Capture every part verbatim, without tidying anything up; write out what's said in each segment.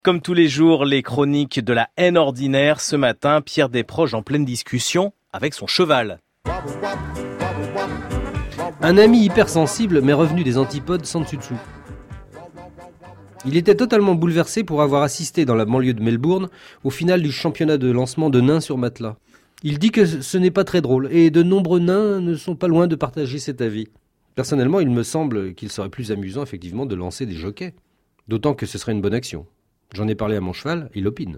Comme tous les jours, les chroniques de la haine ordinaire. Ce matin, Pierre Desproges en pleine discussion avec son cheval. Un ami hypersensible m'est revenu des antipodes sans dessus-dessous. Il était totalement bouleversé pour avoir assisté dans la banlieue de Melbourne au final du championnat de lancement de nains sur matelas. Il dit que ce n'est pas très drôle et de nombreux nains ne sont pas loin de partager cet avis. Personnellement, il me semble qu'il serait plus amusant effectivement de lancer des jockeys. D'autant que ce serait une bonne action. J'en ai parlé à mon cheval, il opine.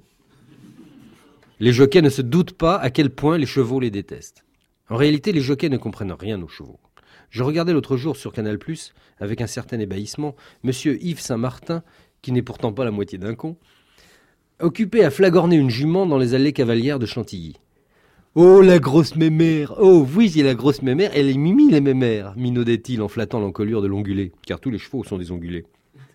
Les jockeys ne se doutent pas à quel point les chevaux les détestent. En réalité, les jockeys ne comprennent rien aux chevaux. Je regardais l'autre jour sur Canal plus, avec un certain ébahissement, monsieur Yves Saint-Martin, qui n'est pourtant pas la moitié d'un con, occupé à flagorner une jument dans les allées cavalières de Chantilly. « Oh, la grosse mémère! Oh, oui, c'est la grosse mémère, elle est mimi, la mémère !» minaudait-il en flattant l'encolure de l'ongulé, car tous les chevaux sont des ongulés.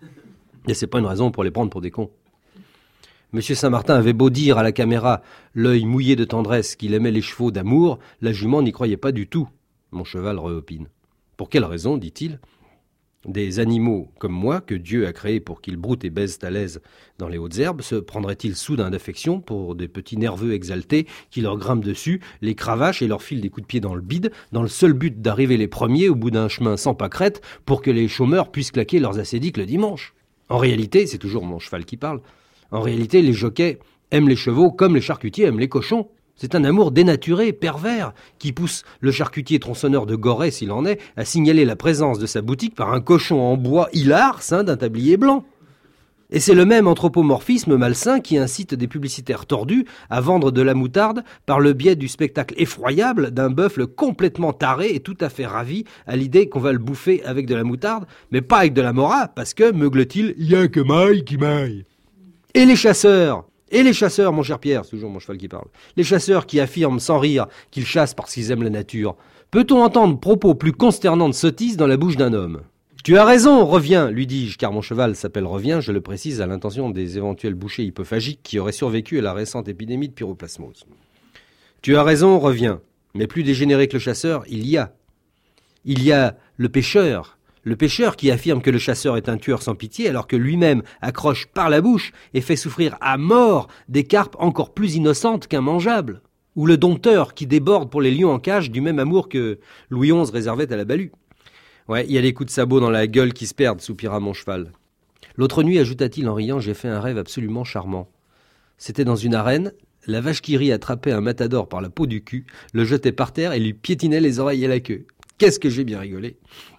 Et c'est pas une raison pour les prendre pour des cons. Monsieur Saint-Martin avait beau dire à la caméra, l'œil mouillé de tendresse, qu'il aimait les chevaux d'amour, la jument n'y croyait pas du tout. Mon cheval reopine. Pour quelle raison, dit-il ? Des animaux comme moi, que Dieu a créés pour qu'ils broutent et baisent à l'aise dans les hautes herbes, se prendraient-ils soudain d'affection pour des petits nerveux exaltés qui leur grimpent dessus, les cravachent et leur filent des coups de pied dans le bide, dans le seul but d'arriver les premiers au bout d'un chemin sans pâquerette pour que les chômeurs puissent claquer leurs acédiques le dimanche ? En réalité, c'est toujours mon cheval qui parle, en réalité, les jockeys aiment les chevaux comme les charcutiers aiment les cochons. C'est un amour dénaturé, pervers, qui pousse le charcutier tronçonneur de Gorée, s'il en est, à signaler la présence de sa boutique par un cochon en bois hilar ceint d'un tablier blanc. Et c'est le même anthropomorphisme malsain qui incite des publicitaires tordus à vendre de la moutarde par le biais du spectacle effroyable d'un bœuf complètement taré et tout à fait ravi à l'idée qu'on va le bouffer avec de la moutarde, mais pas avec de la mora, parce que, meugle-t-il, il y a que maille qui maille. Et les chasseurs Et les chasseurs, mon cher Pierre, c'est toujours mon cheval qui parle, les chasseurs qui affirment sans rire qu'ils chassent parce qu'ils aiment la nature. Peut-on entendre propos plus consternants de sottise dans la bouche d'un homme ? Tu as raison, reviens, lui dis-je, car mon cheval s'appelle Reviens, je le précise à l'intention des éventuels bouchers hypophagiques qui auraient survécu à la récente épidémie de pyroplasmose. Tu as raison, reviens, mais plus dégénéré que le chasseur, il y a. Il y a le pêcheur. Le pêcheur qui affirme que le chasseur est un tueur sans pitié alors que lui-même accroche par la bouche et fait souffrir à mort des carpes encore plus innocentes qu'immangeables. Ou le dompteur qui déborde pour les lions en cage du même amour que Louis onze réservait à la balue. Ouais, il y a les coups de sabot dans la gueule qui se perdent, soupira mon cheval. L'autre nuit, ajouta-t-il en riant, j'ai fait un rêve absolument charmant. C'était dans une arène, la vache qui rit attrapait un matador par la peau du cul, le jetait par terre et lui piétinait les oreilles et la queue. Qu'est-ce que j'ai bien rigolé.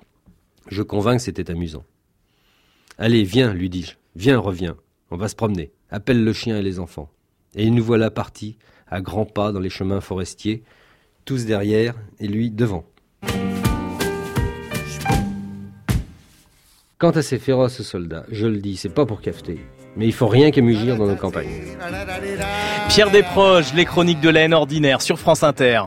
Je convainc que c'était amusant. « Allez, viens, lui dis-je. Viens, reviens. On va se promener. Appelle le chien et les enfants. » Et nous voilà partis, à grands pas dans les chemins forestiers, tous derrière et lui devant. Quant à ces féroces soldats, je le dis, c'est pas pour cafeter, mais il faut rien qu'à mugir dans nos campagnes. Pierre Desproges, les chroniques de la haine ordinaire sur France Inter.